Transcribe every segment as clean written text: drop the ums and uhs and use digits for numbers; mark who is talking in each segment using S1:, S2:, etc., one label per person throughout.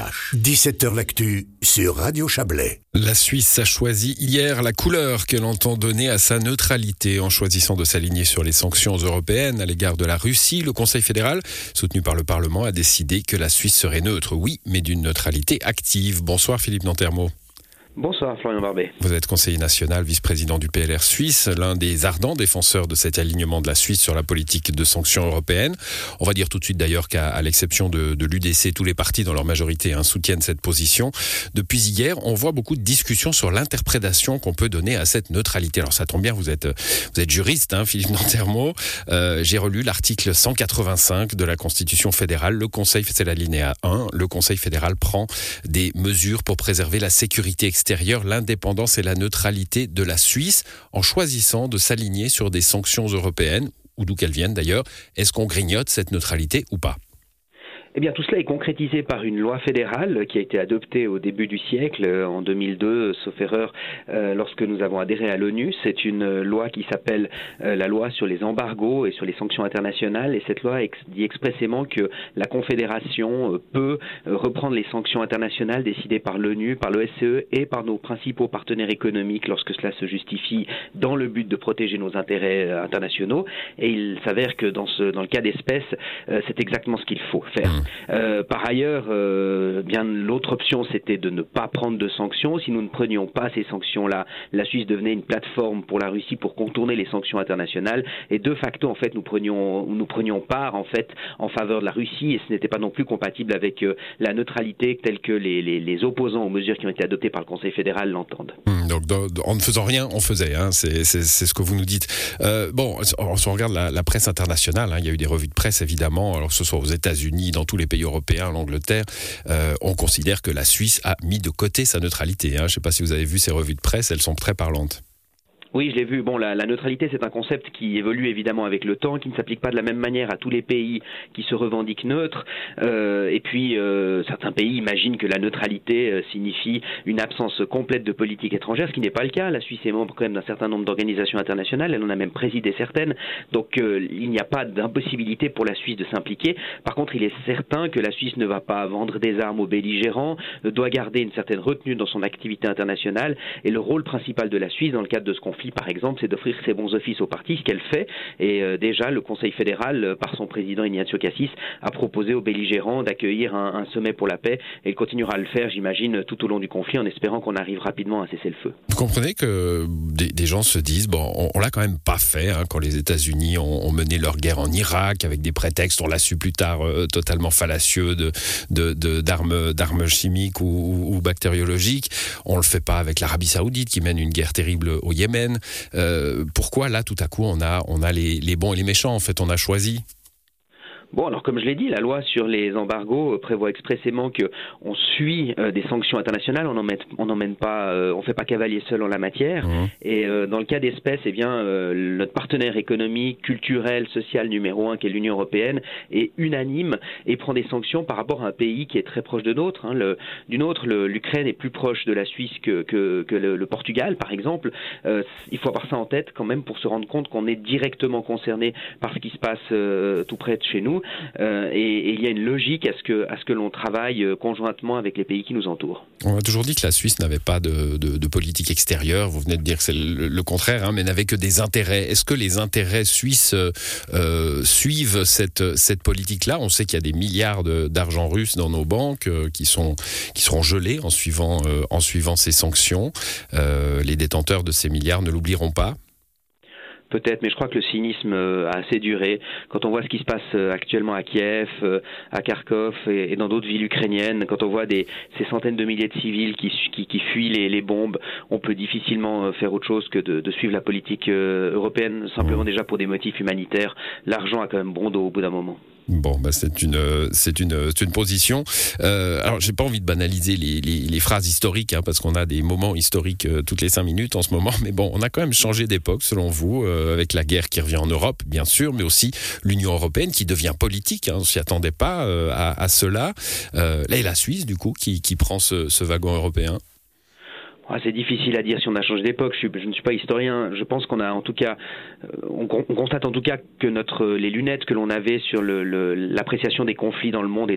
S1: ch. 17h l'actu sur Radio Chablais.
S2: La Suisse a choisi hier la couleur qu'elle entend donner à sa neutralité en choisissant de s'aligner sur les sanctions européennes à l'égard de la Russie. Le Conseil fédéral, soutenu par le Parlement, a décidé que la Suisse serait neutre, oui, mais d'une neutralité active. Bonsoir Philippe Nantermo.
S3: Bonsoir Florian Barbet.
S2: Vous êtes conseiller national, vice-président du PLR Suisse, l'un des ardents défenseurs de cet alignement de la Suisse sur la politique de sanctions européennes. On va dire tout de suite d'ailleurs qu'à l'exception de l'UDC, tous les partis dans leur majorité soutiennent cette position. Depuis hier, on voit beaucoup de discussions sur l'interprétation qu'on peut donner à cette neutralité. Alors ça tombe bien, vous êtes juriste, Philippe Nantermo. J'ai relu l'article 185 de la Constitution fédérale. C'est l'alinéa 1. Le Conseil fédéral prend des mesures pour préserver la sécurité extérieure, l'indépendance et la neutralité de la Suisse en choisissant de s'aligner sur des sanctions européennes, ou d'où qu'elles viennent d'ailleurs. Est-ce qu'on grignote cette neutralité ou pas ?
S3: Eh bien, tout cela est concrétisé par une loi fédérale qui a été adoptée au début du siècle, en 2002, sauf erreur, lorsque nous avons adhéré à l'ONU. C'est une loi qui s'appelle la loi sur les embargos et sur les sanctions internationales. Et cette loi dit expressément que la Confédération peut reprendre les sanctions internationales décidées par l'ONU, par l'OSCE et par nos principaux partenaires économiques lorsque cela se justifie dans le but de protéger nos intérêts internationaux. Et il s'avère que dans le cas d'espèce, c'est exactement ce qu'il faut faire. Par ailleurs, bien l'autre option, c'était de ne pas prendre de sanctions. Si nous ne prenions pas ces sanctions-là, la Suisse devenait une plateforme pour la Russie pour contourner les sanctions internationales. Et de facto, en fait, nous prenions part en faveur de la Russie, et ce n'était pas non plus compatible avec la neutralité telle que les opposants aux mesures qui ont été adoptées par le Conseil fédéral l'entendent.
S2: Donc, en ne faisant rien, on faisait. C'est ce que vous nous dites. Si on regarde la presse internationale, il y a eu des revues de presse évidemment, alors que ce soit aux États-Unis, dans tous les pays européens, l'Angleterre, on considère que la Suisse a mis de côté sa neutralité. Je ne sais pas si vous avez vu ces revues de presse, elles sont très parlantes.
S3: Oui, je l'ai vu. Bon, la neutralité, c'est un concept qui évolue évidemment avec le temps, qui ne s'applique pas de la même manière à tous les pays qui se revendiquent neutres. Et puis, certains pays imaginent que la neutralité signifie une absence complète de politique étrangère, ce qui n'est pas le cas. La Suisse est membre quand même d'un certain nombre d'organisations internationales. Elle en a même présidé certaines. Donc, il n'y a pas d'impossibilité pour la Suisse de s'impliquer. Par contre, il est certain que la Suisse ne va pas vendre des armes aux belligérants, doit garder une certaine retenue dans son activité internationale. Et le rôle principal de la Suisse dans le cadre de ce conflit, par exemple, c'est d'offrir ses bons offices au parti, ce qu'elle fait. Et déjà, le Conseil fédéral, par son président Ignacio Cassis, a proposé aux belligérants d'accueillir un sommet pour la paix. Et il continuera à le faire, j'imagine, tout au long du conflit, en espérant qu'on arrive rapidement à cesser le feu.
S2: Vous comprenez que des gens se disent, on l'a quand même pas fait quand les États-Unis ont mené leur guerre en Irak avec des prétextes, on l'a su plus tard, totalement fallacieux d'armes chimiques ou bactériologiques. On le fait pas avec l'Arabie Saoudite qui mène une guerre terrible au Yémen. Pourquoi là tout à coup on a les bons et les méchants, en fait on a choisi?
S3: Bon, alors comme je l'ai dit, la loi sur les embargos prévoit expressément que on suit des sanctions internationales, on fait pas cavalier seul en la matière. Et dans le cas d'espèce, notre partenaire économique, culturel, social numéro 1, qui est l'Union européenne, est unanime et prend des sanctions par rapport à un pays qui est très proche de nôtre. L'Ukraine est plus proche de la Suisse que le Portugal, par exemple. Il faut avoir ça en tête quand même pour se rendre compte qu'on est directement concerné par ce qui se passe tout près de chez nous. Et il y a une logique à ce que l'on travaille conjointement avec les pays qui nous entourent.
S2: On a toujours dit que la Suisse n'avait pas de politique extérieure. Vous venez de dire que c'est le contraire, mais n'avait que des intérêts. Est-ce que les intérêts suisses suivent cette politique-là? On sait qu'il y a des milliards d'argent russe dans nos banques qui seront gelés en suivant ces sanctions. Les détenteurs de ces milliards ne l'oublieront pas.
S3: Peut-être, mais je crois que le cynisme a assez duré. Quand on voit ce qui se passe actuellement à Kiev, à Kharkov et dans d'autres villes ukrainiennes, quand on voit ces centaines de milliers de civils qui fuient les bombes, on peut difficilement faire autre chose que de suivre la politique européenne, simplement déjà pour des motifs humanitaires. L'argent a quand même bon dos au bout d'un moment.
S2: Bon, c'est une position. Alors, j'ai pas envie de banaliser les phrases historiques, parce qu'on a des moments historiques toutes les 5 minutes en ce moment. Mais bon, on a quand même changé d'époque, selon vous, avec la guerre qui revient en Europe, bien sûr, mais aussi l'Union européenne qui devient politique. On s'y attendait pas à cela. Là, et la Suisse, du coup, qui prend ce wagon européen.
S3: C'est difficile à dire si on a changé d'époque. Je ne suis pas historien. Je pense qu'on a en tout cas, on constate en tout cas que les lunettes que l'on avait sur l'appréciation des conflits dans le monde étaient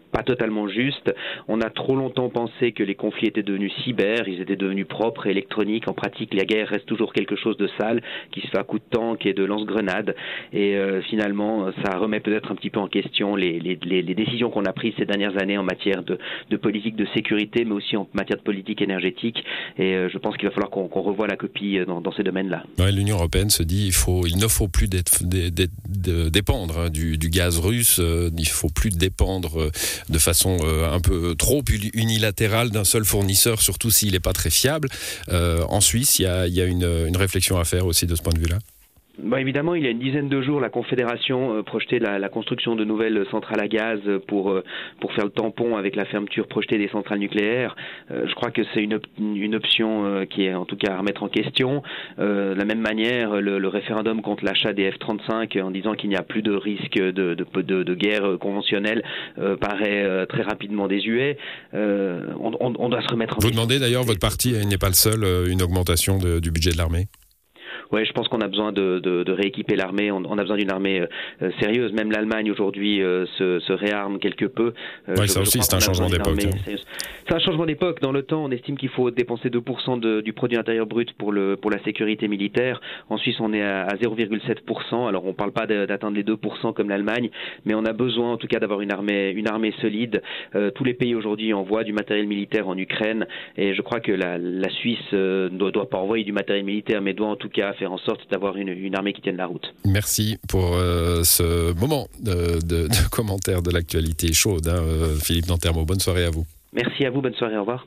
S3: pas totalement juste. On a trop longtemps pensé que les conflits étaient devenus cyber, ils étaient devenus propres et électroniques. En pratique, la guerre reste toujours quelque chose de sale, qui se fait à coups de tank et de lance-grenades. Et finalement, ça remet peut-être un petit peu en question les décisions qu'on a prises ces dernières années en matière de politique de sécurité, mais aussi en matière de politique énergétique. Et je pense qu'il va falloir qu'on revoie la copie dans ces domaines-là.
S2: Ouais, l'Union européenne se dit il ne faut plus dépendre du gaz russe, il ne faut plus dépendre de façon un peu trop unilatérale d'un seul fournisseur, surtout s'il n'est pas très fiable. En Suisse, il y a une réflexion à faire aussi de ce point de vue-là.
S3: Évidemment, il y a une dizaine de jours, la Confédération projetait la construction de nouvelles centrales à gaz pour faire le tampon avec la fermeture projetée des centrales nucléaires. Je crois que c'est une option qui est en tout cas à remettre en question. De la même manière, le référendum contre l'achat des F-35 en disant qu'il n'y a plus de risque de guerre conventionnelle paraît très rapidement désuet. On doit se remettre en question.
S2: Vous demandez d'ailleurs, votre parti n'est pas le seul, une augmentation du budget de l'armée ?
S3: Oui, je pense qu'on a besoin de rééquiper l'armée. On a besoin d'une armée sérieuse. Même l'Allemagne aujourd'hui se réarme quelque peu.
S2: Ça aussi, c'est un changement d'époque.
S3: C'est un changement d'époque. Dans l'OTAN, on estime qu'il faut dépenser 2% du produit intérieur brut pour la sécurité militaire. En Suisse, on est à 0,7%. Alors, on ne parle pas d'atteindre les 2% comme l'Allemagne, mais on a besoin en tout cas d'avoir une armée solide. Tous les pays aujourd'hui envoient du matériel militaire en Ukraine, et je crois que la Suisse ne doit pas envoyer du matériel militaire, mais doit en tout cas faire en sorte d'avoir une armée qui tienne la route.
S2: Merci pour ce moment de commentaire de l'actualité chaude. Philippe Nantermo, bonne soirée à vous.
S3: Merci à vous, bonne soirée, au revoir.